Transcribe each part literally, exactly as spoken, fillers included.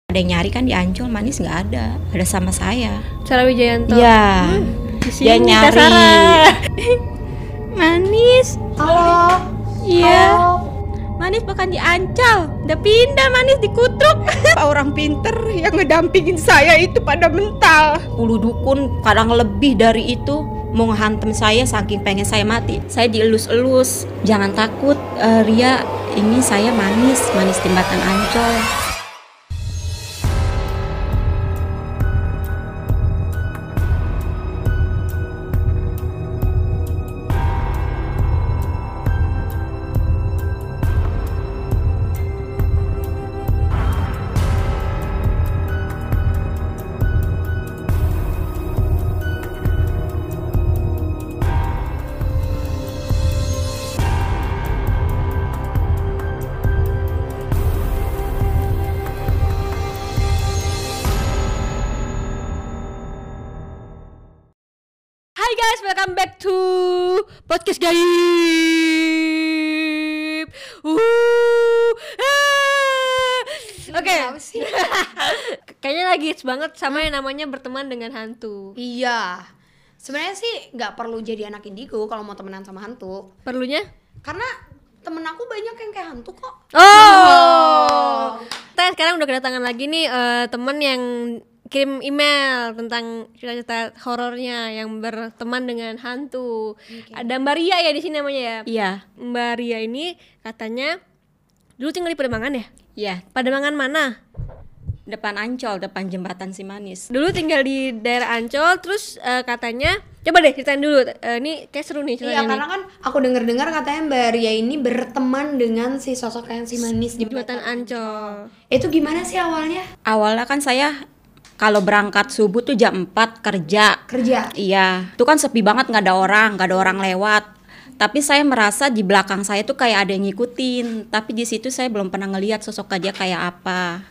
Ada yang nyari kan di Ancol, Manis nggak ada, ada sama saya. Sarah Wijayanto. Iya. Hmm, dia nyari. Manis. Halo. Iya. Manis bukan di Ancol, udah pindah Manis di Kutruk. Orang pinter yang ngedampingin saya itu pada mental. Puluh dukun kadang lebih dari itu mau ngehantem saya saking pengen saya mati. Saya dielus-elus. Jangan takut, uh, Ria, ini saya Manis, Manis Jembatan Ancol. Hai guys, welcome back to podcast gaib. Uh, ah. Oke. Okay. Kayaknya lagi hits banget sama yang namanya berteman dengan hantu. Iya. Sebenarnya sih nggak perlu jadi anak indigo kalau mau temenan sama hantu. Perlunya? Karena temen aku banyak yang kayak hantu kok. Oh. oh. Kita sekarang udah kedatangan lagi nih uh, temen yang kirim email tentang cerita-cerita horornya yang berteman dengan hantu. Okay. Ada Mbak Ria ya di sini namanya ya? Iya. Mbak Ria ini katanya dulu tinggal di Pademangan ya? Iya. Pademangan mana? Depan Ancol, depan jembatan Si Manis. Dulu tinggal di daerah Ancol, terus uh, katanya, coba deh ceritain dulu. Uh, ini kayak seru nih ceritanya. Iya, karena kan aku dengar-dengar katanya Mbak Ria ini berteman dengan si sosok yang Si Manis di jembatan Ancol. Itu gimana sih awalnya? Awalnya kan saya kalau berangkat subuh tuh jam empat kerja. Kerja? Iya. Itu kan sepi banget, gak ada orang, gak ada orang lewat. Tapi saya merasa di belakang saya tuh kayak ada yang ngikutin. Tapi di situ saya belum pernah ngelihat sosok dia kayak apa.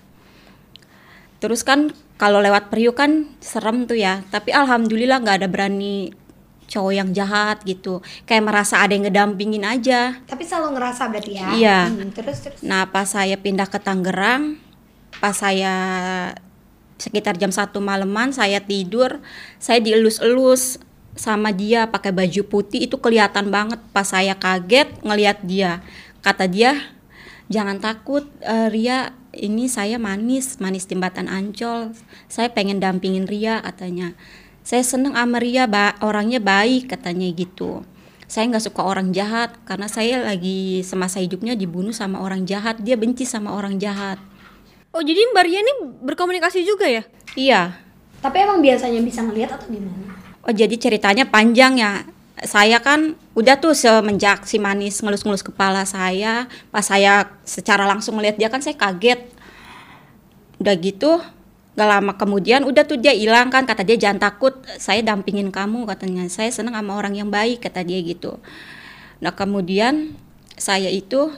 Terus kan kalau lewat Priuk kan serem tuh ya. Tapi alhamdulillah gak ada berani cowok yang jahat gitu. Kayak merasa ada yang ngedampingin aja. Tapi selalu ngerasa berarti ya? Iya. Hmm, terus, terus. Nah pas saya pindah ke Tangerang, pas saya sekitar jam satu malaman saya tidur, saya dielus-elus sama dia pakai baju putih, itu kelihatan banget. Pas saya kaget ngelihat dia, kata dia, jangan takut uh, Ria, ini saya Manis, Manis Jembatan Ancol, saya pengen dampingin Ria katanya. Saya seneng sama Ria, ba- orangnya baik katanya gitu. Saya nggak suka orang jahat karena saya lagi semasa hidupnya dibunuh sama orang jahat, dia benci sama orang jahat. Oh jadi Mbak Ria ini berkomunikasi juga ya? Iya. Tapi emang biasanya bisa ngelihat atau gimana? Oh jadi ceritanya panjang ya. Saya kan udah tuh semenjak Si Manis ngelus-ngelus kepala saya, pas saya secara langsung ngeliat dia kan saya kaget. Udah gitu gak lama kemudian udah tuh dia hilang kan, kata dia jangan takut, saya dampingin kamu katanya. Saya seneng sama orang yang baik kata dia gitu. Nah kemudian saya itu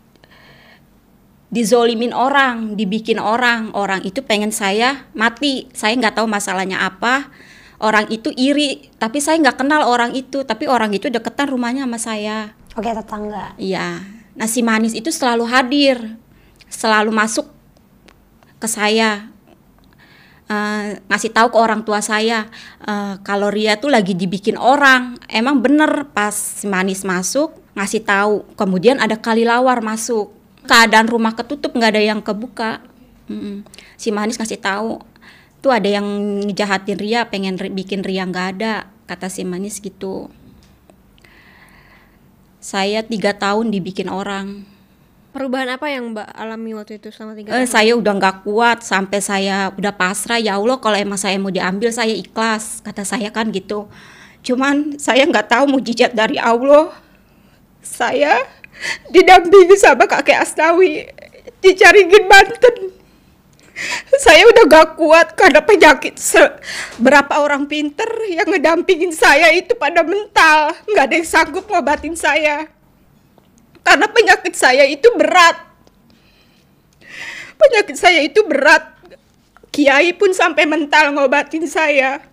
dizolimin orang, dibikin orang, orang itu pengen saya mati. Saya nggak tahu masalahnya apa. Orang itu iri, tapi saya nggak kenal orang itu. Tapi orang itu deketan rumahnya sama saya. Oke, tetangga. Iya. Nah Si Manis itu selalu hadir, selalu masuk ke saya, uh, ngasih tahu ke orang tua saya uh, kalau Ria tuh lagi dibikin orang. Emang bener pas Si Manis masuk ngasih tahu. Kemudian ada Kalilawar masuk. Keadaan rumah ketutup, nggak ada yang kebuka. Mm-mm. Si Manis ngasih tahu tuh ada yang ngejahatin Ria, pengen ri- bikin Ria nggak ada, kata Si Manis gitu. Saya tiga tahun dibikin orang. Perubahan apa yang Mbak alami waktu itu selama tiga Eh, tahun? saya udah nggak kuat sampai saya udah pasrah, ya Allah kalau emang saya mau diambil saya ikhlas, kata saya kan gitu. Cuman saya nggak tahu mujizat dari Allah. Saya didampingi sama kakek Asnawi di Caringin, Banten. Saya udah gak kuat karena penyakit. Se- berapa orang pinter yang ngedampingin saya itu pada mental, gak ada yang sanggup ngobatin saya karena penyakit saya itu berat. Penyakit saya itu berat. Kiai pun sampai mental ngobatin saya.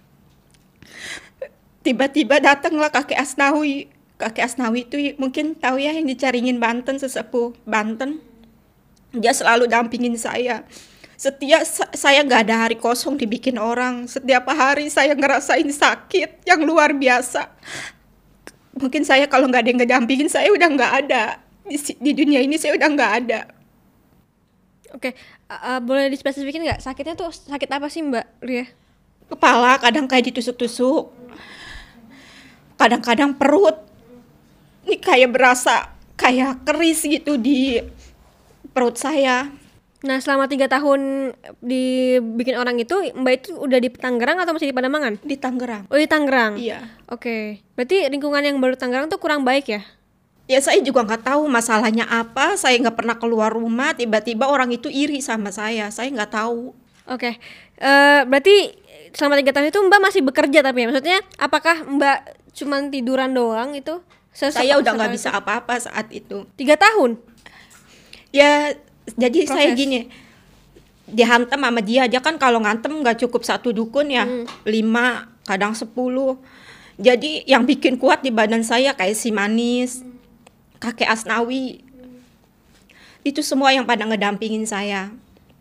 Tiba-tiba datanglah kakek Asnawi. Kakek Asnawi itu mungkin tahu ya, yang di Caringin Banten, sesepuh Banten. Dia selalu dampingin saya. Setiap sa- saya nggak ada hari kosong dibikin orang. Setiap hari saya ngerasain sakit yang luar biasa. Mungkin saya kalau nggak ada yang ngedampingin, saya udah nggak ada di, si- di dunia ini, saya udah nggak ada. Oke, uh, uh, boleh dispesifikin nggak sakitnya tuh sakit apa sih Mbak Ria? Kepala kadang kayak ditusuk-tusuk, kadang-kadang perut ini kayak berasa kayak keris gitu di perut saya. Nah selama tiga tahun dibikin orang itu, Mbak itu udah di Tangerang atau masih di Pademangan? Di Tangerang. Oh di Tangerang. Iya. Oke, berarti lingkungan yang baru Tangerang tuh kurang baik ya? Ya saya juga nggak tahu masalahnya apa. Saya nggak pernah keluar rumah. Tiba-tiba orang itu iri sama saya. Saya nggak tahu. Oke, eh berarti selama tiga tahun itu Mbak masih bekerja tapi ya? Maksudnya apakah Mbak cuman tiduran doang itu? Sesek- Saya udah nggak sekali bisa itu? apa-apa saat itu. Tiga tahun? Ya jadi saya Proses. gini. Dihantam sama dia. Dia kan kalau ngantem nggak cukup satu dukun ya. Hmm. Lima, kadang sepuluh. Jadi yang bikin kuat di badan saya kayak si manis, kakek Asnawi. Itu semua yang pada ngedampingin saya.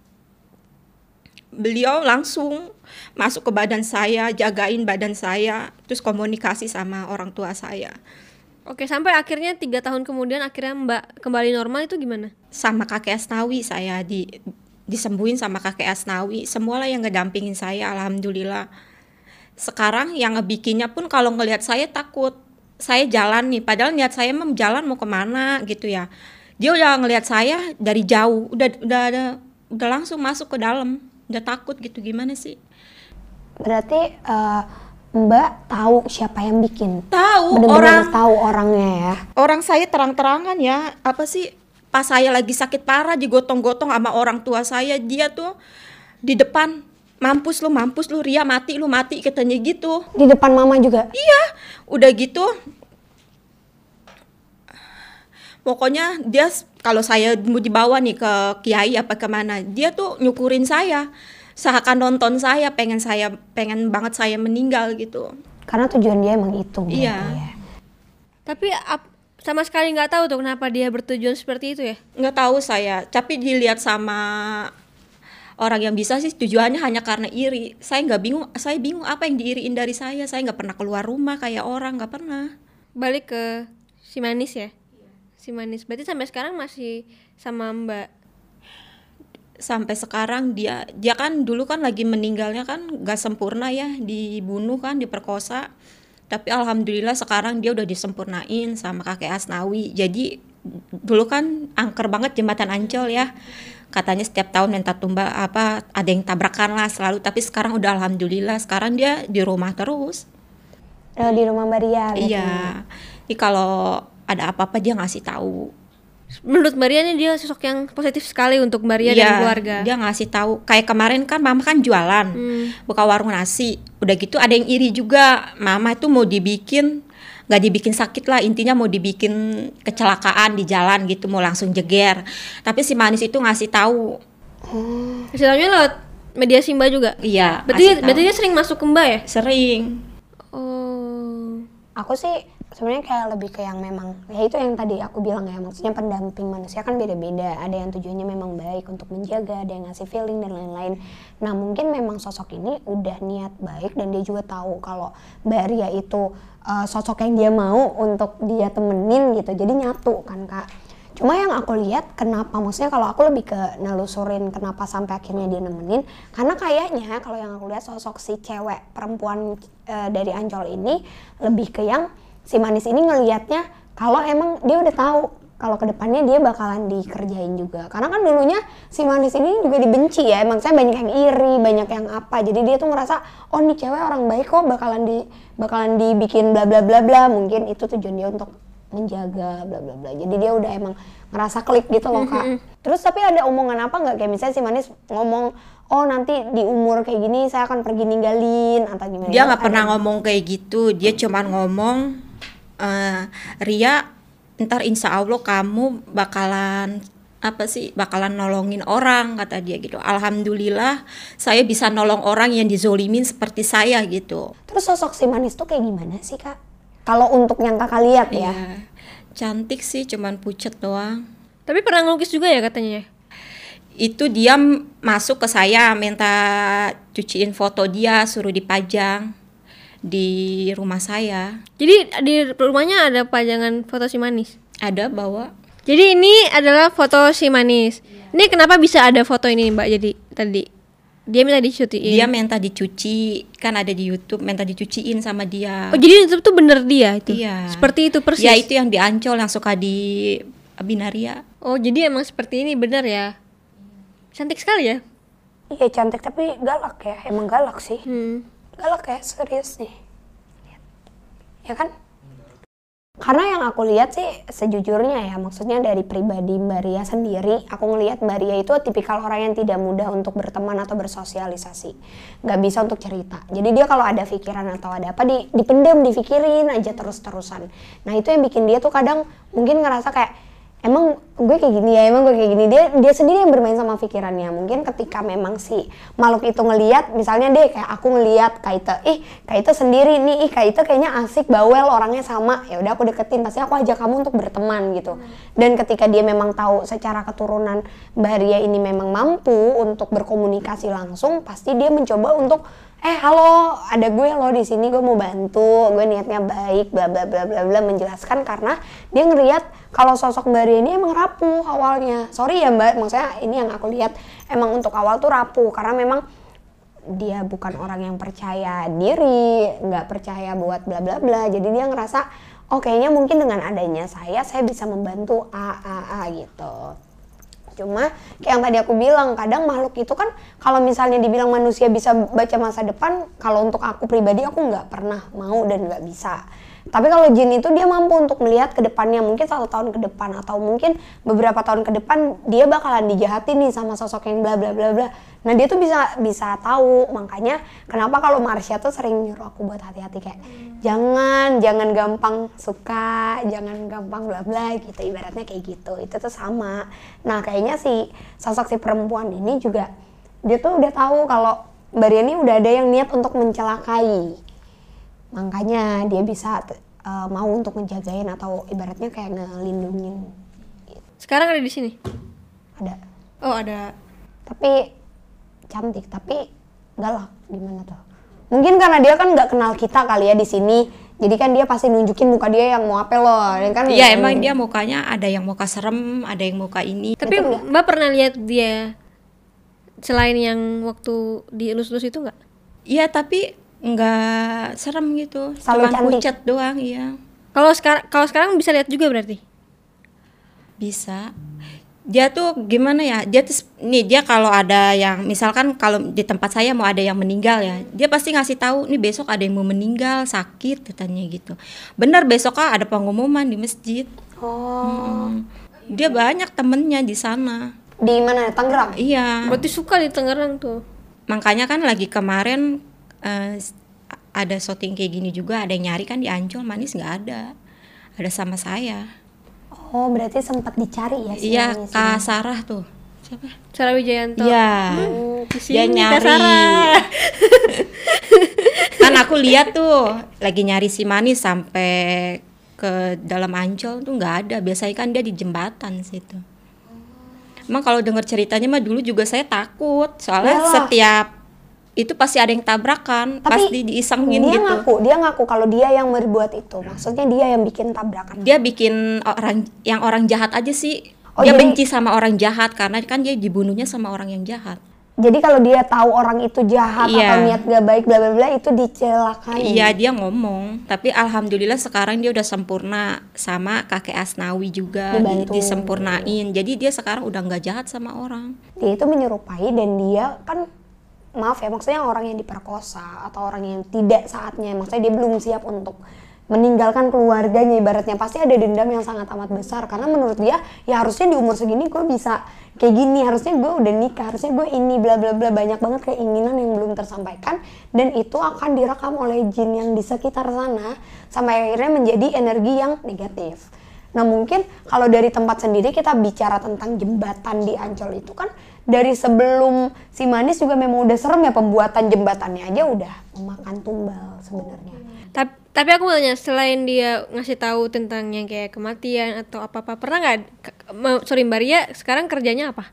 Beliau langsung masuk ke badan saya, jagain badan saya, terus komunikasi sama orang tua saya. Oke, sampai akhirnya tiga tahun kemudian akhirnya Mbak kembali normal itu gimana? Sama kakek Asnawi saya di disembuhin sama kakek Asnawi. Semualah yang ngedampingin saya, alhamdulillah. Sekarang yang ngebikinnya pun kalau ngelihat saya takut. Saya jalan nih, padahal niat saya mah jalan mau kemana gitu ya. Dia udah ngelihat saya dari jauh, udah udah udah, udah langsung masuk ke dalam, udah takut gitu, gimana sih? Berarti eh, Mbak tahu siapa yang bikin? Tahu Bener-bener orang tahu orangnya ya. orang saya terang-terangan ya, apa sih, pas saya lagi sakit parah digotong-gotong sama orang tua saya, dia tuh di depan, mampus lu, mampus lu, Ria, mati lu, mati, katanya gitu. Di depan mama juga. Iya, udah gitu pokoknya dia s- kalau saya mau dibawa nih ke kiai apa kemana, dia tuh nyukurin saya, seakan nonton saya, pengen saya pengen banget saya meninggal gitu. Karena tujuan dia emang itu. berarti Iya. ya. Tapi ap- sama sekali nggak tahu tuh kenapa dia bertujuan seperti itu ya? Nggak tahu saya, tapi dilihat sama orang yang bisa sih tujuannya hanya karena iri. Saya nggak bingung, saya bingung apa yang diiriin dari saya. Saya nggak pernah keluar rumah kayak orang, nggak pernah. Balik ke si Manis ya? Si Manis, berarti sampai sekarang masih sama Mbak? Sampai sekarang dia dia kan dulu kan lagi meninggalnya kan nggak sempurna ya, dibunuh kan, diperkosa. Tapi alhamdulillah sekarang dia udah disempurnain sama kakek Asnawi. Jadi dulu kan angker banget jembatan Ancol ya. Katanya setiap tahun minta tumbal apa, ada yang tabrakan lah selalu. Tapi sekarang udah alhamdulillah, sekarang dia di rumah terus. Eh, di rumah Mbak Ria. berarti. Iya. Jadi kalau ada apa-apa dia ngasih tahu. Menurut Mbak Ria nih dia sosok yang positif sekali untuk Mbak Ria dan Iya, keluarga. dia ngasih tahu. Kayak kemarin kan mama kan jualan, Hmm. buka warung nasi. Udah gitu ada yang iri juga. Mama itu mau dibikin, nggak dibikin sakit lah. Intinya mau dibikin kecelakaan di jalan gitu, mau langsung jeger. Tapi si Manis itu ngasih tahu. Kasih taunya lewat media Simba juga? Iya. Berarti, ngasih tahu. berarti dia sering masuk ke Mbak ya? Sering. Oh. Aku sih sebenarnya kayak lebih ke yang memang ya itu yang tadi aku bilang ya, maksudnya pendamping manusia kan beda-beda, ada yang tujuannya memang baik untuk menjaga, ada yang ngasih feeling dan lain-lain. Nah mungkin memang sosok ini udah niat baik dan dia juga tahu kalau Mbak Ria itu uh, sosok yang dia mau untuk dia temenin gitu, jadi nyatu kan Kak. Cuma yang aku lihat kenapa, maksudnya kalau aku lebih ke nelusurin kenapa sampai akhirnya dia nemenin, karena kayaknya kalau yang aku lihat sosok si cewek perempuan uh, dari Ancol ini lebih ke yang si Manis ini ngelihatnya kalau emang dia udah tahu kalau kedepannya dia bakalan dikerjain juga. Karena kan dulunya si Manis ini juga dibenci ya, emang saya banyak yang iri, banyak yang apa. Jadi dia tuh ngerasa, oh nih cewek orang baik kok, bakalan di bakalan dibikin bla bla bla bla. Mungkin itu tujuan dia untuk menjaga bla bla bla. Jadi dia udah emang ngerasa klik gitu loh Kak. Terus tapi ada omongan apa nggak, kayak misalnya si Manis ngomong, oh nanti di umur kayak gini saya akan pergi ninggalin atau gimana? Dia nggak Ada- pernah ngomong kayak gitu. Dia cuman ngomong, eh, Ria, ntar insya Allah kamu bakalan apa sih, bakalan nolongin orang, kata dia gitu. Alhamdulillah saya bisa nolong orang yang dizolimin seperti saya gitu. Terus sosok si Manis tuh kayak gimana sih Kak? Kalau untuk yang Kakak lihat ya. Iya, cantik sih, cuman pucet doang. Tapi pernah ngelukis juga ya katanya? Itu dia m- masuk ke saya minta cuciin foto dia, suruh dipajang di rumah saya. Jadi di rumahnya ada pajangan foto si Manis. Ada bawa. Jadi ini adalah foto si Manis. Ini kenapa bisa ada foto ini Mbak? Jadi tadi dia minta dicuciin. Dia minta dicuci, kan ada di YouTube, minta dicuciin sama dia. Oh jadi itu tuh bener dia itu. Iya. Seperti itu persis. Ya itu yang di Ancol yang suka di Binaria. Oh jadi emang seperti ini bener ya. Cantik sekali ya. Iya cantik tapi galak ya, emang galak sih. Hmm. Galak ya, serius nih. Ya kan? Karena yang aku lihat sih sejujurnya ya, maksudnya dari pribadi Mbak Ria sendiri, aku ngelihat Mbak Ria itu tipikal orang yang tidak mudah untuk berteman atau bersosialisasi. Gak bisa untuk cerita. Jadi dia kalau ada pikiran atau ada apa, di, dipendam, dipikirin aja terus-terusan. Nah itu yang bikin dia tuh kadang mungkin ngerasa kayak, emang gue kayak gini ya, emang gue kayak gini. Dia dia sendiri yang bermain sama pikirannya. Mungkin ketika memang si makhluk itu ngelihat, misalnya deh kayak aku ngelihat Kaite, ih Kaite sendiri nih, ih Kaite kayaknya asik, bawel, orangnya sama. Ya udah aku deketin, pasti aku ajak kamu untuk berteman gitu. Dan ketika dia memang tahu secara keturunan Mbak Ria ini memang mampu untuk berkomunikasi langsung, pasti dia mencoba untuk eh halo, ada gue loh di sini, gue mau bantu, gue niatnya baik, bla bla bla bla bla, menjelaskan karena dia ngelihat kalau sosok Mbak Ria ini emang rapuh awalnya. Sorry ya Mbak, maksudnya ini yang aku lihat emang untuk awal tuh rapuh karena memang dia bukan orang yang percaya diri, nggak percaya buat bla bla bla. Jadi dia ngerasa oh kayaknya mungkin dengan adanya saya, saya bisa membantu a a a gitu. Cuma kayak yang tadi aku bilang, kadang makhluk itu kan kalau misalnya dibilang manusia bisa baca masa depan, kalau untuk aku pribadi aku nggak pernah mau dan nggak bisa. Tapi kalau jin itu dia mampu untuk melihat ke depannya, mungkin satu tahun ke depan atau mungkin beberapa tahun ke depan dia bakalan dijahatin nih sama sosok yang bla bla bla bla. Nah dia tuh bisa bisa tahu, makanya kenapa kalau Marsha tuh sering nyuruh aku buat hati-hati kayak jangan jangan gampang suka, jangan gampang bla bla gitu, ibaratnya kayak gitu. Itu tuh sama. Nah kayaknya si sosok si perempuan ini juga dia tuh udah tahu kalau Mbak Ria ini udah ada yang niat untuk mencelakai. Makanya dia bisa uh, mau untuk ngejagain atau ibaratnya kayak ngelindungin. Sekarang ada di sini. Ada. Oh ada. Tapi cantik, tapi galak gimana tuh? Mungkin karena dia kan nggak kenal kita kali ya di sini. Jadi kan dia pasti nunjukin muka dia yang mau apa loh. Kan Iya emang dia mukanya ada yang muka serem, ada yang muka ini. Tapi Mbak pernah lihat dia selain yang waktu dielus-elus itu nggak? Iya tapi nggak serem gitu, Selalu cuma cantik. pucat doang. Iya Kalau sekarang kalau sekarang bisa lihat juga berarti. bisa. Dia tuh gimana ya, dia tuh nih dia kalau ada yang misalkan kalau di tempat saya mau ada yang meninggal ya, dia pasti ngasih tahu nih besok ada yang mau meninggal sakit katanya gitu. Benar besok ah ada pengumuman di masjid. Oh. Hmm. Dia banyak temennya di sana. Di mana? Tangerang? Iya. Berarti suka di Tangerang tuh. Makanya kan lagi kemarin uh, ada syuting kayak gini juga, ada yang nyari kan di Ancol, Manis nggak ada, ada sama saya. Oh berarti sempat dicari ya sih? Iya Kak Sarah tuh. Siapa? Sarah Wijayanto. Iya. Hmm, di Dia sini Kak nyari. Sarah. Kan aku lihat tuh lagi nyari si Manis sampai ke dalam Ancol tuh nggak ada. Biasanya kan dia di jembatan situ. Emang kalau dengar ceritanya mah dulu juga saya takut, soalnya Yalah. setiap itu pasti ada yang tabrakan, Tapi pasti diisengin dia gitu. ngaku, dia ngaku kalau dia yang berbuat itu. Maksudnya dia yang bikin tabrakan. Dia bikin orang yang orang jahat aja sih. Oh, Dia jadi- benci sama orang jahat karena kan dia dibunuhnya sama orang yang jahat. Jadi kalau dia tahu orang itu jahat Iya. atau niat gak baik bla bla bla itu dicelakai. Iya dia ngomong, tapi alhamdulillah sekarang dia udah sempurna sama kakek Asnawi juga di- Dibantu. disempurnain. Jadi dia sekarang udah nggak jahat sama orang. Dia itu menyerupai dan dia kan maaf ya maksudnya orang yang diperkosa atau orang yang tidak saatnya, maksudnya dia belum siap untuk meninggalkan keluarganya, ibaratnya pasti ada dendam yang sangat amat besar karena menurut dia ya harusnya di umur segini gue bisa kayak gini, harusnya gue udah nikah, harusnya gue ini bla bla bla, banyak banget keinginan yang belum tersampaikan dan itu akan direkam oleh jin yang di sekitar sana sampai akhirnya menjadi energi yang negatif. Nah mungkin kalau dari tempat sendiri kita bicara tentang jembatan di Ancol itu kan dari sebelum si Manis juga memang udah serem ya, pembuatan jembatannya aja udah memakan tumbal sebenarnya. Tapi, tapi aku mau tanya, selain dia ngasih tahu tentang yang kayak kematian atau apa-apa, pernah nggak? ke- ma- Sorry Mbak Ria, sekarang kerjanya apa?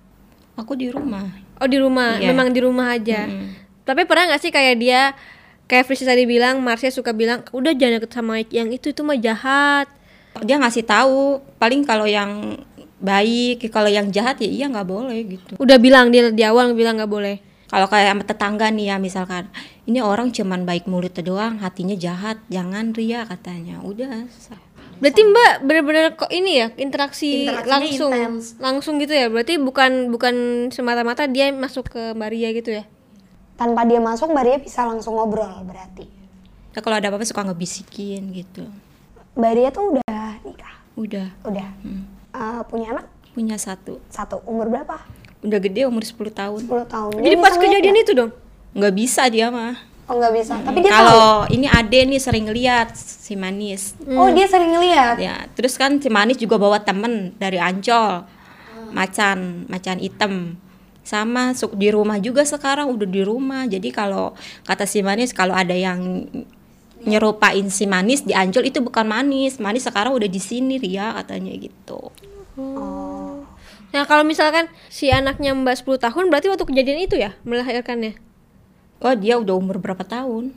Aku di rumah. Oh di rumah, Iya. memang di rumah aja. Mm-mm. Tapi pernah nggak sih kayak dia, kayak Frisy tadi bilang, Marsha suka bilang, udah jangan deket sama yang itu, itu mah jahat. Dia ngasih tahu, paling kalau yang baik, kalau yang jahat ya iya nggak boleh gitu. Udah bilang dia di awal bilang nggak boleh. Kalau kayak sama tetangga nih ya misalkan, ini orang cuman baik mulutnya doang, hatinya jahat, jangan ria katanya. Udah. Berarti Mbak bener-bener kok ini ya interaksi Interaksinya langsung, intens. langsung gitu ya. Berarti bukan bukan semata-mata dia masuk ke Mbak Ria gitu ya. Tanpa dia masuk, Mbak Ria bisa langsung ngobrol berarti. Ya, kalau ada apa-apa suka ngebisikin gitu. Mbak Ria tuh udah nikah, Udah. udah Hmm. Eh, punya anak Punya satu. satu, umur berapa? Udah gede, umur sepuluh tahun. sepuluh tahun. Jadi Dia pas bisa ngeliat kejadian nggak? itu dong. Nggak bisa dia mah. Oh nggak bisa, tapi dia tahu. Kalau ini ade nih sering ngeliat si Manis. Oh dia sering ngeliat. Ya, terus kan si Manis juga bawa temen dari Ancol. Macan, macan hitam. Sama su- di rumah juga sekarang udah di rumah. Jadi kalau kata si Manis kalau ada yang nyerupain si Manis di Ancol itu bukan Manis. Manis sekarang udah di sini Ria katanya gitu. Oh. Nah kalau misalkan si anaknya Mbak sepuluh tahun, berarti waktu kejadian itu ya melahirkannya. Oh, dia udah umur berapa tahun?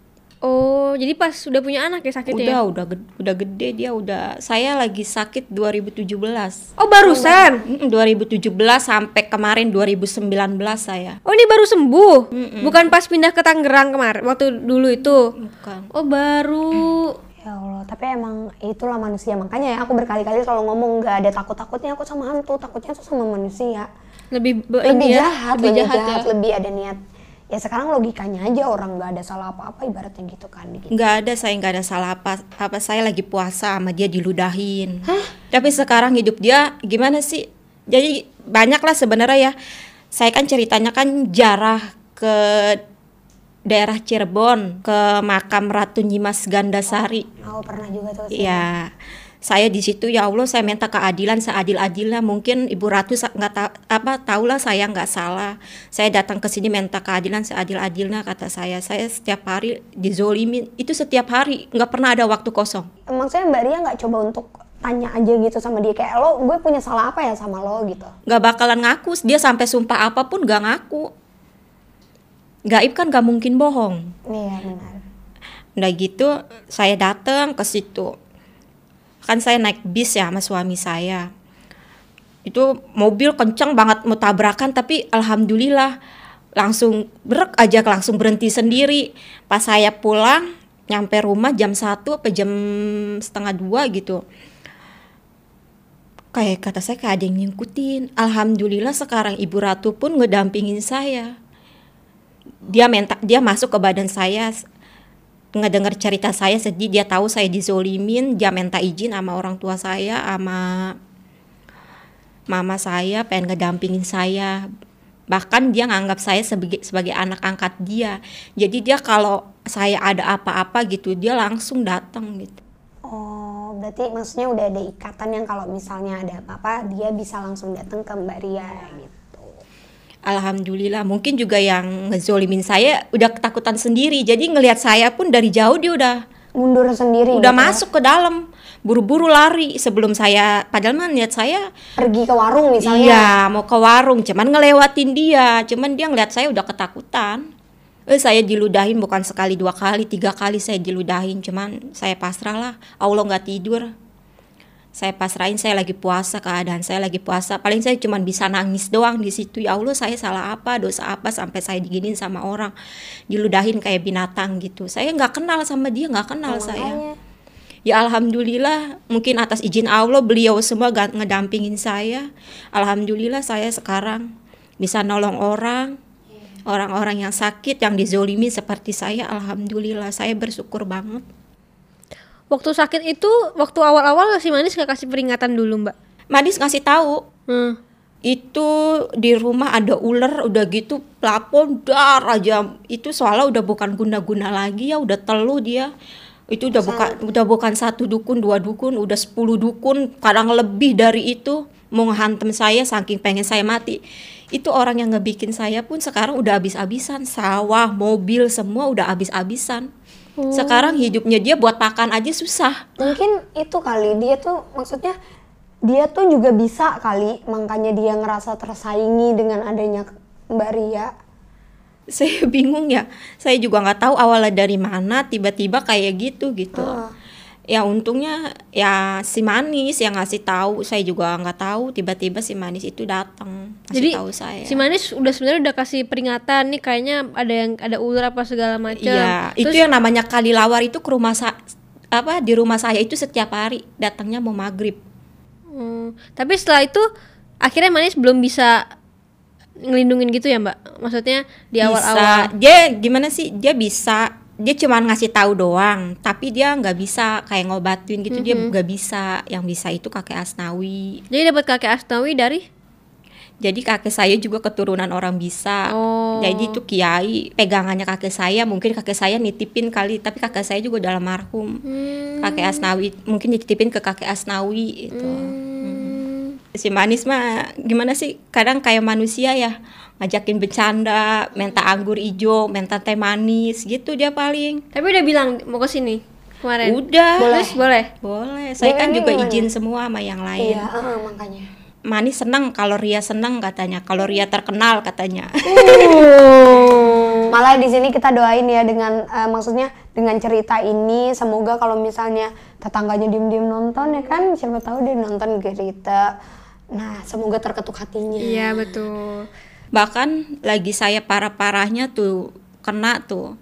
Oh jadi pas sudah punya anak ya sakitnya. Udah, ya? udah gede, udah gede dia udah. Saya lagi sakit dua ribu tujuh belas. Oh barusan. Mm, dua ribu tujuh belas sampai kemarin dua ribu sembilan belas saya. Oh ini baru sembuh. Bukan pas pindah ke Tangerang kemarin waktu dulu itu. Bukan. Oh baru. Ya Allah, tapi emang itulah manusia. Makanya ya aku berkali-kali kalau ngomong nggak ada takut-takutnya aku sama hantu, takutnya tuh sama manusia. Lebih be- Lebih ini ya, jahat, lebih lebih jahat, jahat, ya. lebih ada niat. Ya sekarang logikanya aja orang nggak ada salah apa-apa ibaratnya gitu kan. Gitu. Nggak ada, saya nggak ada salah apa apa saya lagi puasa sama dia diludahin. Tapi sekarang hidup dia gimana sih? Jadi banyak lah sebenarnya ya. Saya kan ceritanya kan jarah ke daerah Cirebon ke makam Ratu Nyimas Gandasari. Aku pernah juga tuh. sih. Ya, saya di situ ya Allah saya minta keadilan seadil-adilnya. Mungkin Ibu Ratu sa- nggak ta- apa tahulah saya nggak salah. Saya datang ke sini minta keadilan seadil-adilnya kata saya. Saya setiap hari dizolimin itu setiap hari nggak pernah ada waktu kosong. Maksudnya Mbak Ria nggak coba untuk tanya aja gitu sama dia kayak lo, gue punya salah apa ya sama lo gitu. Nggak bakalan ngaku. Dia sampai sumpah apapun nggak ngaku. Gaib kan nggak mungkin bohong. Iya benar. Udah gitu saya datang ke situ. Kan saya naik bis ya sama suami saya. Itu mobil kencang banget mau tabrakan tapi alhamdulillah langsung brek aja langsung berhenti sendiri. Pas saya pulang nyampe rumah jam satu apa jam setengah dua gitu. Kayak kata saya kayak ada yang ngikutin. Alhamdulillah sekarang Ibu Ratu pun ngedampingin saya. Dia minta dia masuk ke badan saya ngedengar cerita saya sedih, dia tahu saya dizolimin, dia minta izin sama orang tua saya, sama mama saya, pengen ngedampingin saya. Bahkan dia nganggap saya sebagai, sebagai anak angkat dia. Jadi dia kalau saya ada apa-apa gitu, dia langsung datang gitu. Oh berarti maksudnya udah ada ikatan yang kalau misalnya ada apa-apa dia bisa langsung datang ke Mbak Ria gitu. Alhamdulillah, mungkin juga yang ngezolimin saya udah ketakutan sendiri. Jadi ngelihat saya pun dari jauh dia udah Mundur sendiri. udah gitu ya? masuk ke dalam, buru-buru lari sebelum saya. Padahal mah niat saya Pergi ke warung misalnya. iya mau ke warung, cuman ngelewatin dia. Cuman dia ngeliat saya udah ketakutan. Eh saya diludahin bukan sekali dua kali, tiga kali saya diludahin. Cuman saya pasrah lah, Allah nggak tidur. Saya pasrahin, saya lagi puasa, keadaan saya lagi puasa. Paling saya cuma bisa nangis doang di situ. Ya Allah, saya salah apa, dosa apa sampai saya diginin sama orang, diludahin kayak binatang gitu. Saya nggak kenal sama dia, nggak kenal Oh, saya. makanya. Ya alhamdulillah, mungkin atas izin Allah beliau semua ga- ngedampingin saya. Alhamdulillah saya sekarang bisa nolong orang, orang-orang yang sakit, yang dizolimi seperti saya. Alhamdulillah, saya bersyukur banget. Waktu sakit itu, waktu awal-awal si Manis nggak kasih peringatan dulu Mbak? Manis ngasih tahu. Hmm. Itu di rumah ada ular udah gitu plafon dar aja, itu soalnya udah bukan guna-guna lagi ya, udah telu dia. Itu udah bukan udah bukan satu dukun, dua dukun, udah sepuluh dukun, kadang lebih dari itu mau ngehantem saya saking pengen saya mati. Itu orang yang ngebikin saya pun sekarang udah habis-habisan, sawah, mobil semua udah habis-habisan. Sekarang hidupnya dia buat makan aja susah. Mungkin itu kali dia tuh maksudnya dia tuh juga bisa kali, makanya dia ngerasa tersaingi dengan adanya Mbak Ria. Saya bingung ya, saya juga nggak tahu awalnya dari mana tiba-tiba kayak gitu gitu. Ah. Ya untungnya ya si Manis yang ngasih tahu, saya juga nggak tahu, tiba-tiba si Manis itu datang ngasih Jadi tahu saya. si Manis udah sebenarnya udah kasih peringatan nih, kayaknya ada yang ada ular apa segala macam. Iya, itu Terus yang namanya kalilawar itu ke rumah sa- apa di rumah saya itu setiap hari datangnya mau maghrib. Hmm, tapi setelah itu akhirnya Manis belum bisa ngelindungin gitu ya Mbak? Maksudnya di awal-awal. Bisa, dia gimana sih? Dia bisa, dia cuma ngasih tahu doang, tapi dia nggak bisa kayak ngobatin gitu. Dia nggak bisa. Yang bisa itu kakek Asnawi. Jadi dapat kakek Asnawi dari? Jadi kakek saya juga keturunan orang bisa. Oh. Jadi itu kiai, pegangannya kakek saya. Mungkin kakek saya nitipin kali, tapi kakek saya juga udah almarhum. Hmm. Kakek Asnawi mungkin dititipin ke kakek Asnawi itu. Hmm. Si Manis mah gimana sih? Kadang kayak manusia ya, ngajakin bercanda, minta anggur ijo, minta teh manis gitu dia paling. Tapi udah bilang mau ke sini kemarin. Udah. Boleh. Terus boleh. Boleh. Saya kan Gimana, juga gimana? izin semua sama yang lain. Iya, uh, makanya. Manis seneng kalau Ria seneng katanya. Kalau Ria terkenal katanya. Malah di sini kita doain ya dengan eh, maksudnya dengan cerita ini semoga kalau misalnya tetangganya diem-diem nonton ya kan, siapa tahu dia nonton cerita. Nah, semoga terketuk hatinya. Iya betul. Bahkan lagi saya parah-parahnya tuh kena tuh.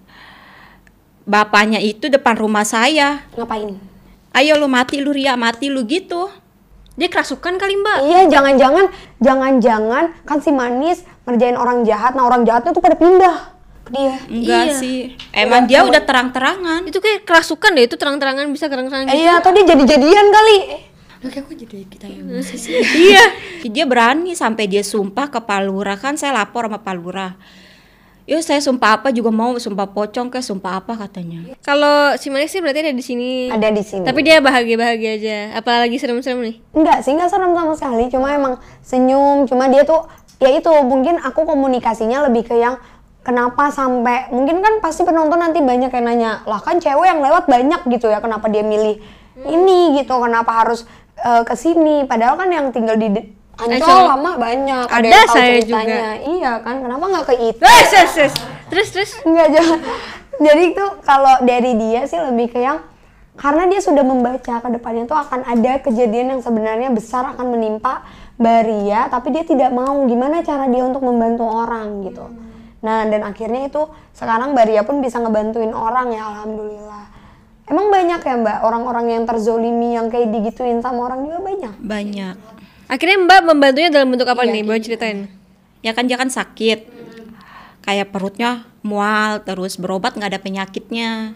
Bapaknya itu depan rumah saya. Ngapain? Ayo lu mati lu Ria, mati lu gitu. Dia kerasukan kali Mbak. Iya, jangan-jangan jangan-jangan kan si Manis ngerjain orang jahat. Nah, orang jahatnya tuh pada pindah ke dia. Enggak Iya. sih. Emang dia udah terang-terangan. Itu kayak kerasukan deh, itu terang-terangan bisa terang-terangan gitu. Eh, iya, atau dia jadi-jadian kali. Loh, kayak kok jadi kita yang sih. Iya. Dia berani sampai dia sumpah ke Pak Lurah, kan saya lapor sama Pak Lurah. Yuk saya sumpah apa juga mau, sumpah pocong kayak sumpah apa katanya. Kalau si Manis sih berarti ada di sini. Ada di sini. Tapi dia bahagia-bahagia aja. Apalagi serem-serem nih. Enggak sih, enggak serem sama sekali. Cuma emang senyum. Cuma dia tuh, ya itu mungkin aku komunikasinya lebih ke yang kenapa sampai, mungkin kan pasti penonton nanti banyak yang nanya, lah kan cewek yang lewat banyak gitu ya, kenapa dia milih ini gitu, kenapa harus uh, ke sini. Padahal kan yang tinggal di de- Ancol Ancol. lama banyak. Ada yang tahu saya ceritanya. Iya kan, kenapa nggak ke itu? Yes, yes, yes. Terus terus. Enggak jangan. Jadi itu kalau dari dia sih lebih ke yang karena dia sudah membaca ke depannya tuh akan ada kejadian yang sebenarnya besar akan menimpa Baria, tapi dia tidak mau. Gimana cara dia untuk membantu orang gitu. Nah, dan akhirnya itu sekarang Baria pun bisa ngebantuin orang ya, alhamdulillah. Emang banyak ya Mbak orang-orang yang terzolimi yang kayak digituin sama orang juga banyak. Banyak. Akhirnya Mbak membantunya dalam bentuk apa Iya, nih? Boleh ceritain. Ya kan dia kan sakit. Kayak perutnya mual, terus berobat nggak ada penyakitnya.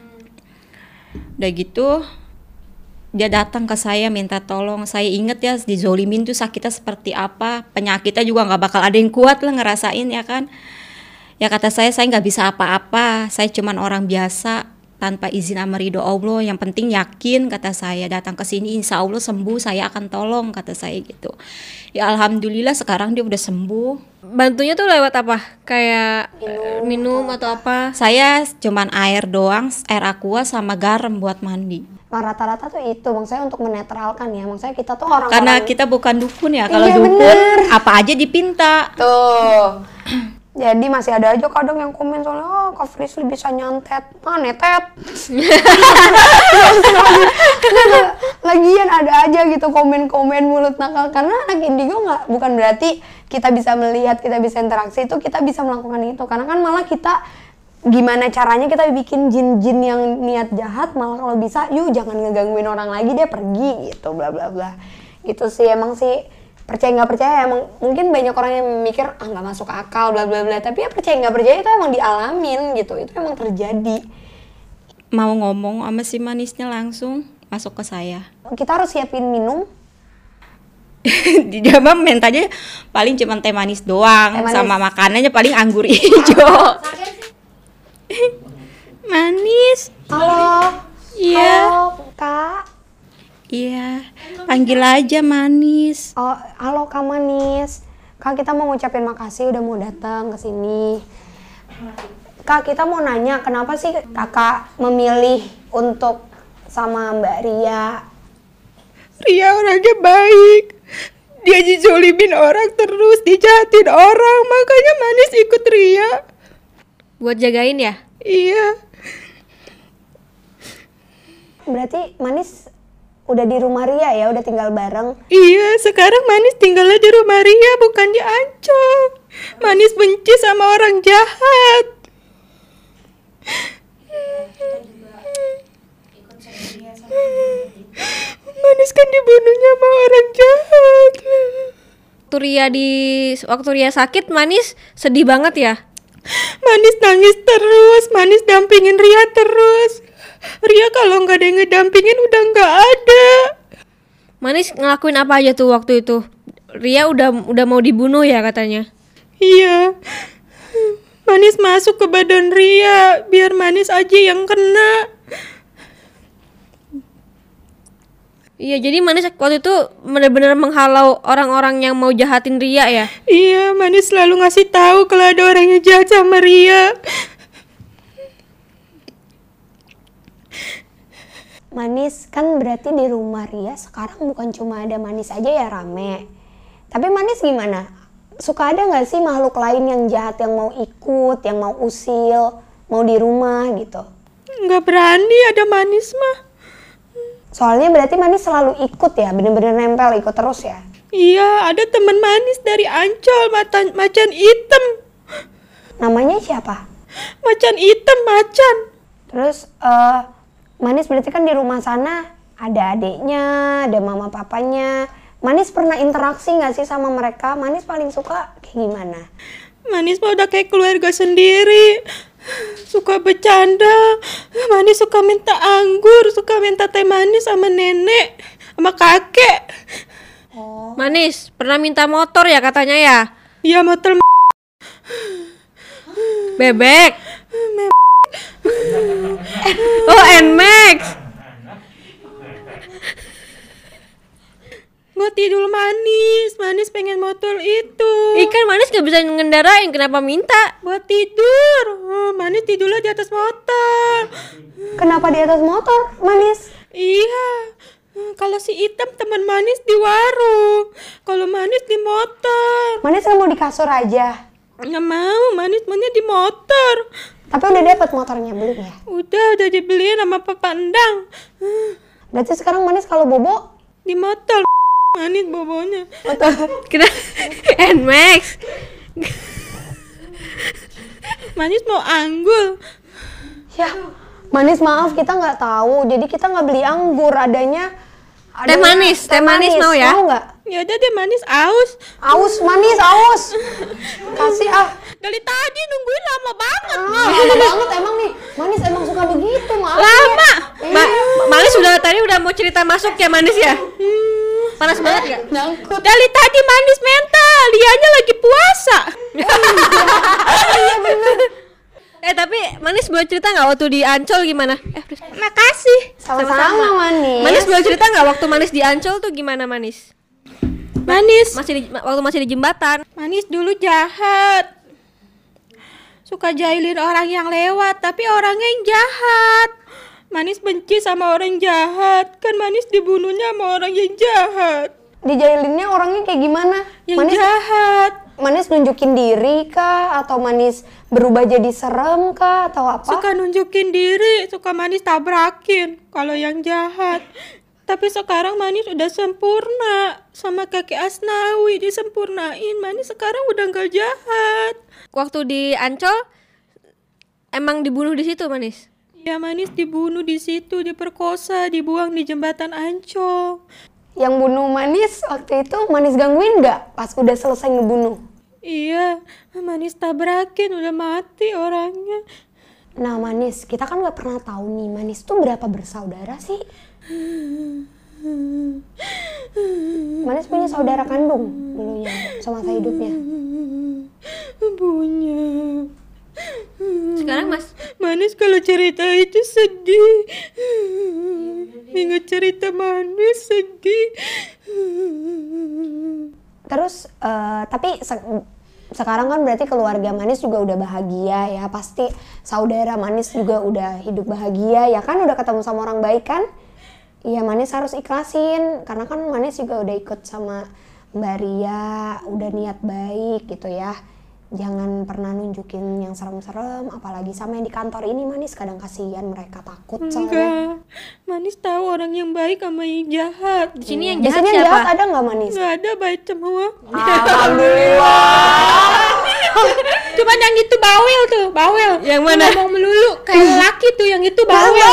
Udah gitu dia datang ke saya minta tolong. Saya inget ya dizolimin tuh sakitnya seperti apa, penyakitnya juga nggak bakal ada yang kuat lah ngerasain ya kan. Ya kata saya, saya nggak bisa apa-apa, saya cuman orang biasa tanpa izin sama ridho Allah. Yang penting yakin, kata saya, datang ke sini insya Allah sembuh, saya akan tolong, kata saya gitu. Ya alhamdulillah sekarang dia udah sembuh. Bantunya tuh lewat apa? Kayak minum, minum atau apa? Saya cuman air doang, air aqua sama garam buat mandi. Nah, rata-rata tuh itu maksudnya untuk menetralkan ya. Maksudnya kita tuh orang-orang Karena kita bukan dukun ya, kalau Iya, dukun bener. apa aja dipinta. tuh. Jadi masih ada aja kadang yang komen soalnya, oh Kak Frisly bisa nyantet. Ah, netet. Lagian ada aja gitu komen-komen mulut nakal. Karena anak indigo nggak, bukan berarti kita bisa melihat, kita bisa interaksi, itu kita bisa melakukan itu. Karena kan malah kita, gimana caranya kita bikin jin-jin yang niat jahat, malah kalau bisa, yuk jangan ngegangguin orang lagi, dia pergi gitu, bla bla bla. Gitu sih, emang sih percaya nggak percaya emang mungkin banyak orang yang mikir ah nggak masuk akal bla bla bla, tapi ya percaya nggak percaya itu emang dialamin gitu, itu emang terjadi. Mau ngomong sama si Manisnya langsung masuk ke saya. Kita harus siapin minum. Di Jawa mintanya paling cuma teh manis doang, Teh manis. sama makanannya paling anggur hijau. Manis. Halo. Iya. Halo Kak. Iya. Panggil aja Manis. Oh, halo Kak Manis. Kak, kita mau ngucapin makasih udah mau datang ke sini. Kak, kita mau nanya kenapa sih Kakak memilih untuk sama Mbak Ria? Ria orangnya baik. Dia dijolimin orang terus, dijahatin orang, makanya Manis ikut Ria. Buat jagain ya? Iya. Berarti Manis udah di rumah Ria ya, udah tinggal bareng. Iya, sekarang Manis tinggalnya di rumah Ria, bukan di Ancol. Manis benci sama orang jahat. Manis kan dibunuhnya sama orang jahat. Waktu Ria di waktu Ria sakit, Manis sedih banget ya? Manis nangis terus, Manis dampingin Ria terus. Ria kalau nggak ada yang ngedampingin udah nggak ada. Manis ngelakuin apa aja tuh waktu itu? Ria udah udah mau dibunuh ya katanya? Iya. Manis masuk ke badan Ria biar Manis aja yang kena. Iya, jadi Manis waktu itu benar-benar menghalau orang-orang yang mau jahatin Ria ya? Iya, Manis selalu ngasih tahu kalau ada orang yang jahat sama Ria. Manis kan berarti di rumah Ria sekarang bukan cuma ada Manis aja ya, rame. Tapi Manis gimana? Suka ada nggak sih makhluk lain yang jahat yang mau ikut, yang mau usil, mau di rumah gitu? Nggak berani ada Manis mah. Soalnya berarti Manis selalu ikut ya, bener-bener nempel ikut terus ya? Iya, ada teman Manis dari Ancol, mata, macan hitam. Namanya siapa? Macan hitam, macan. Terus uh, Manis berarti kan di rumah sana ada adiknya, ada mama papanya. Manis pernah interaksi nggak sih sama mereka? Manis paling suka kayak gimana? Manis mah udah kayak keluarga sendiri. Suka bercanda. Manis suka minta anggur, suka minta teh manis sama nenek, sama kakek. Oh. Manis pernah minta motor ya katanya ya? Iya, motor Bebek. Oh, Nmax. Buat tidur Manis, Manis pengen motor itu. Ikan Manis gak bisa ngendarain, kenapa minta? Buat tidur. Oh, Manis tidurnya di atas motor. Kenapa di atas motor, Manis? Iya. Hmm, Kalau si hitam teman Manis di warung. Kalau Manis di motor. Manis nggak mau di kasur aja. Nggak mau, Manis maunya di motor. Tapi udah dapat motornya, belum ya? Udah, udah dibeliin sama Papa Endang. Hmm, Berarti sekarang Manis kalau bobo Di motor. Manis bobonya. Kena Nmax. Manis mau anggur. ya, Manis maaf kita nggak tahu. Jadi kita nggak beli anggur, adanya Teh manis, teh manis mau ya? Mau nggak? Ya udah deh, Manis aus. Aus, Manis, aus. Kasih ah. Dari tadi nungguin lama banget. Ah, lama banget emang nih. Manis emang suka begitu, maaf. Lama. Ya. Ma Manis sudah tadi udah mau cerita masuk ya Manis ya? Panas banget gak? Nyangkut. Dari tadi Manis mental, dianya lagi puasa. Iya bener. Eh tapi Manis boleh cerita nggak waktu di Ancol gimana? Eh, Makasih. Sama-sama, Manis. Manis boleh cerita nggak waktu Manis di Ancol tuh gimana Manis? Manis. Masih di, waktu masih di jembatan. Manis dulu jahat. Suka jahilin orang yang lewat, tapi orangnya yang jahat. Manis benci sama orang jahat. Kan Manis dibunuhnya sama orang yang jahat. Dijailinnya orangnya kayak gimana? Yang Manis jahat. Manis nunjukin diri kah? Atau Manis berubah jadi serem kah? Atau apa? Suka nunjukin diri, suka Manis tabrakin kalau yang jahat. Tapi sekarang Manis udah sempurna sama kakek Asnawi, disempurnain. Manis sekarang udah gak jahat. Waktu di Ancol emang dibunuh di situ Manis? Ya, Manis dibunuh di situ, diperkosa, dibuang di jembatan Ancol. Yang bunuh Manis waktu itu Manis gangguin nggak pas udah selesai ngebunuh? Iya, Manis tabrakin, udah mati orangnya. Nah Manis, kita kan nggak pernah tahu nih Manis tuh berapa bersaudara sih? Manis punya saudara kandung dulunya semasa hidupnya. Punya. Sekarang Mas? Manis kalau cerita itu sedih. Ingat cerita Manis sedih. Terus uh, tapi se- sekarang kan berarti keluarga Manis juga udah bahagia ya. Pasti saudara Manis juga udah hidup bahagia ya kan, udah ketemu sama orang baik kan? Iya, Manis harus ikhlasin karena kan Manis juga udah ikut sama Mbak Ria, udah niat baik gitu ya. Jangan pernah nunjukin yang serem-serem, apalagi sama yang di kantor ini. Manis kadang kasihan, mereka takut soalnya. Enggak, Manis tahu orang yang baik sama yang jahat. Di sini yang Di jahat sini yang siapa? jahat ada nggak Manis? Nggak ada, baik semua. Alhamdulillah. Cuman yang itu bawel tuh, bawel. Yang mana? Ngomong melulu kayak laki tuh, yang itu bawel.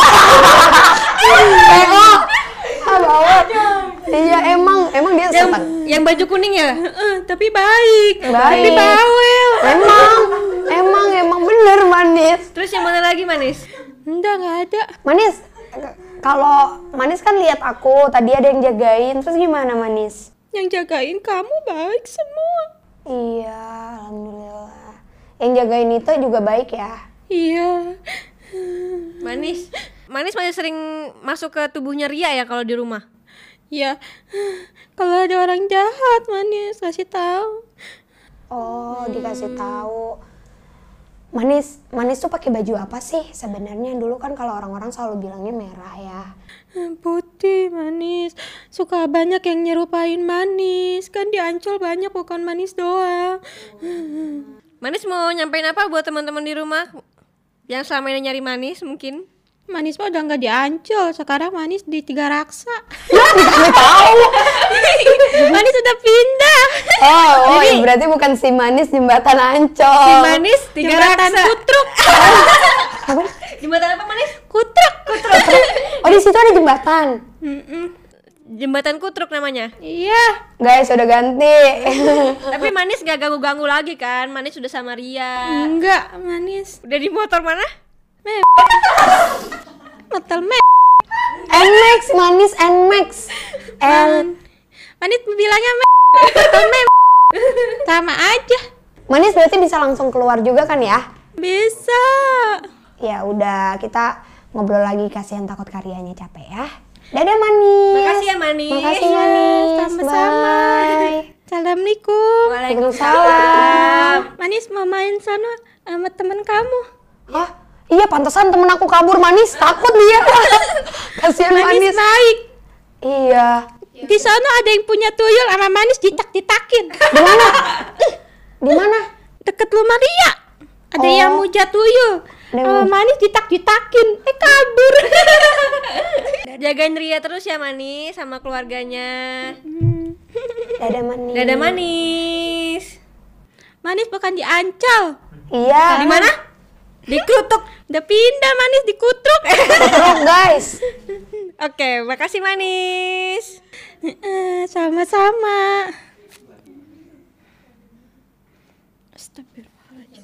Ah, bawel. Iya emang, emang dia Yang, setan. yang baju kuning ya? Heeh, tapi baik. Baik. Tapi bawel. Emang, emang, emang bener Manis. Terus yang mana lagi Manis? Enggak, nggak ada. Manis, k- kalau Manis kan lihat aku, tadi ada yang jagain, terus gimana Manis? Yang jagain kamu baik semua. Iya, alhamdulillah. Yang jagain itu juga baik ya? Iya. Manis. Manis masih sering masuk ke tubuhnya Ria ya kalau di rumah? Ya, kalau ada orang jahat, Manis kasih tahu. Oh, dikasih tahu. Manis, Manis tuh pakai baju apa sih sebenarnya? Dulu kan kalau orang-orang selalu bilangnya merah ya. Putih, Manis. Suka banyak yang nyerupain Manis. Kan di Ancol banyak, bukan Manis doang. Manis mau nyampein apa buat teman-teman di rumah yang selama ini nyari Manis mungkin? Manis mah udah nggak di Ancol, sekarang Manis di Tiga Raksa. Manis udah pindah. Oh, oh iya, berarti bukan si Manis jembatan Ancol. Si Manis Tiga Jembatan Raksa. Kutruk. Jembatan apa Manis? Kutruk. Kutruk. Oh, di situ ada jembatan. Jembatan Kutruk namanya. Iya. Guys, udah ganti. Tapi Manis gak ganggu-ganggu lagi kan? Manis sudah sama Ria. Enggak, Manis. Udah di motor mana? Metal me. Nmax, Manis Nmax. N Manis bilangnya me. Metal me. Sama aja. Manis berarti bisa langsung keluar juga kan ya? Bisa. Ya udah, kita ngobrol lagi, kasihan takut karyanya capek ya. Dadah Manis. Makasih ya Manis. Makasih Manis. Sama-sama. Bye. Assalamualaikum. Waalaikumsalam. Manis mau main sana sama temen kamu. Hah? Iya, pantesan temen aku kabur Manis, takut dia. Kasihan Manis Manis. baik. Iya. Di sana ada yang punya tuyul sama Manis ditak-ditakin. Di mana? Di mana? Deket rumah Ria. Ada Oh. yang muja tuyul. Ada Sama yang- Manis ditak-ditakin. Eh kabur. Jagain Ria terus ya Manis sama keluarganya. Dadah Manis. Dadah Manis. Manis bukan di Ancol. Iya. Di mana? Di Kutuk. Udah pindah Manis di Kutruk. Terus guys. Oke, makasih Manis. Eh, sama-sama. Astagfirullahaladzim.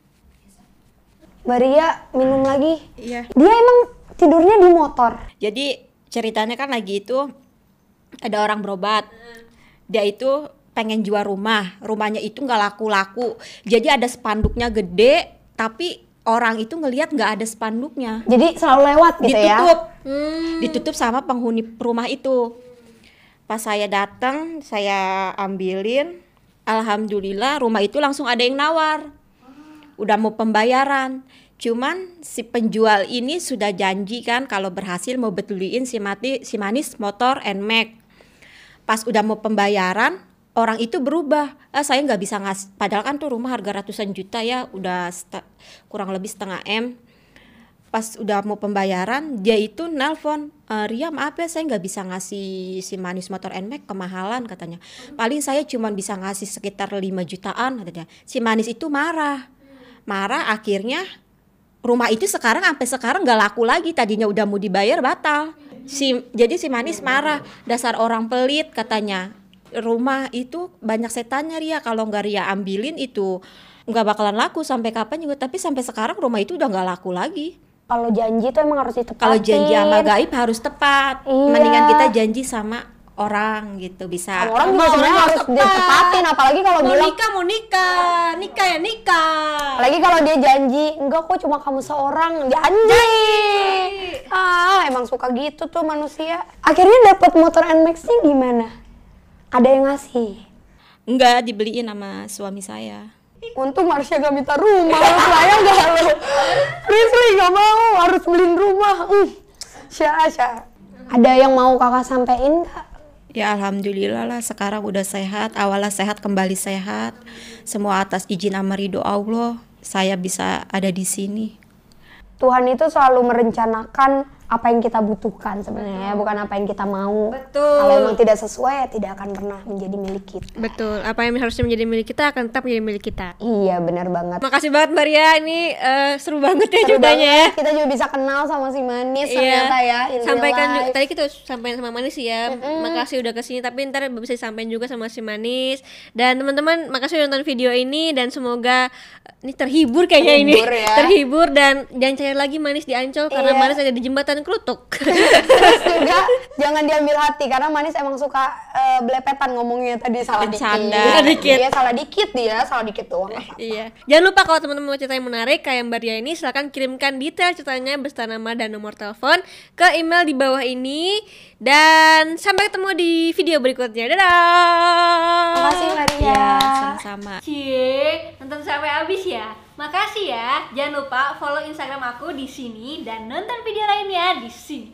Mbak Ria minum lagi. Iya. Dia emang tidurnya di motor. Jadi ceritanya kan lagi itu ada orang berobat. Dia itu pengen jual rumah. Rumahnya itu nggak laku-laku. Jadi ada spanduknya gede, tapi orang itu ngelihat nggak ada spanduknya. Jadi selalu lewat gitu ya. Ditutup. Hmm. Ditutup sama penghuni rumah itu. Pas saya datang, saya ambilin. Alhamdulillah rumah itu langsung ada yang nawar. Udah mau pembayaran. Cuman si penjual ini sudah janji kan kalau berhasil mau betuliin si mati si Manis motor Nmax. Pas udah mau pembayaran, orang itu berubah. Ah, saya nggak bisa ngasih. Padahal kan tuh rumah harga ratusan juta ya, udah sta- kurang lebih setengah M. Pas udah mau pembayaran, dia itu nelpon, e, Ria maaf ya saya nggak bisa ngasih si Manis motor Nmax, kemahalan katanya. Paling saya cuma bisa ngasih sekitar lima jutaan katanya. Si Manis itu marah. Marah akhirnya rumah itu sekarang sampai sekarang nggak laku lagi, tadinya udah mau dibayar batal. Si jadi si Manis marah, dasar orang pelit katanya. Rumah itu banyak setannya Ria, kalau nggak Ria ambilin itu nggak bakalan laku sampai kapan juga. Tapi sampai sekarang rumah itu udah nggak laku lagi. Kalau janji tuh emang harus ditepatin. Kalau janji sama gaib harus tepat. Iya. Mendingan kita janji sama orang gitu bisa. Sama orang juga sebenarnya harus ditepatin, apalagi kalau Mau bilang, nikah, mau nikah, nikah ya nikah. apalagi kalau dia janji, enggak kok cuma kamu seorang, janji. Ah, emang suka gitu tuh manusia. Akhirnya dapat motor Nmax-nya gimana? Ada yang ngasih? Enggak, dibeliin sama suami saya. Untung Marsha gak minta rumah, lu sayang gak lu? Please, gak mau, harus beliin rumah. Hmm. Sya, Sya. Ada yang mau kakak sampein nggak? Ya alhamdulillah lah sekarang udah sehat, awalnya sehat kembali sehat. Semua atas izin sama ridho Allah saya bisa ada di sini. Tuhan itu selalu merencanakan apa yang kita butuhkan sebenarnya, bukan apa yang kita mau. Betul. Kalau emang tidak sesuai ya tidak akan pernah menjadi milik kita. Betul, apa yang harusnya menjadi milik kita akan tetap menjadi milik kita. Iya benar banget. Makasih banget Mbak Ria, ini eh, seru banget ya Seru ceritanya. banget. Kita juga bisa kenal sama si Manis ternyata ya. in real Sampaikan juga, life. tadi kita sampaikan sama Manis ya. Makasih udah kesini, tapi ntar bisa disampaikan juga sama si Manis. Dan teman-teman, makasih udah nonton video ini dan semoga eh, ini terhibur kayaknya Terhibur ini. ya. Terhibur dan jangan cari lagi Manis di Ancol karena Iya. Manis ada di jembatan Klutuk. Terus juga jangan diambil hati karena Manis emang suka eh, belepetan ngomongnya tadi salah dikit. Bercanda. Salah dikit. Iya salah dikit dia, salah dikit doang. Iya. Jangan lupa kalau teman-teman mau cerita yang menarik kayak Mbak Ria ini, silahkan kirimkan detail ceritanya beserta nama dan nomor telepon ke email di bawah ini. Dan sampai ketemu di video berikutnya. Dadah. Makasih Maria. Ya sama-sama. Cie, nonton sampai habis ya. Makasih ya. Jangan lupa follow Instagram aku di sini dan nonton video lainnya di sini.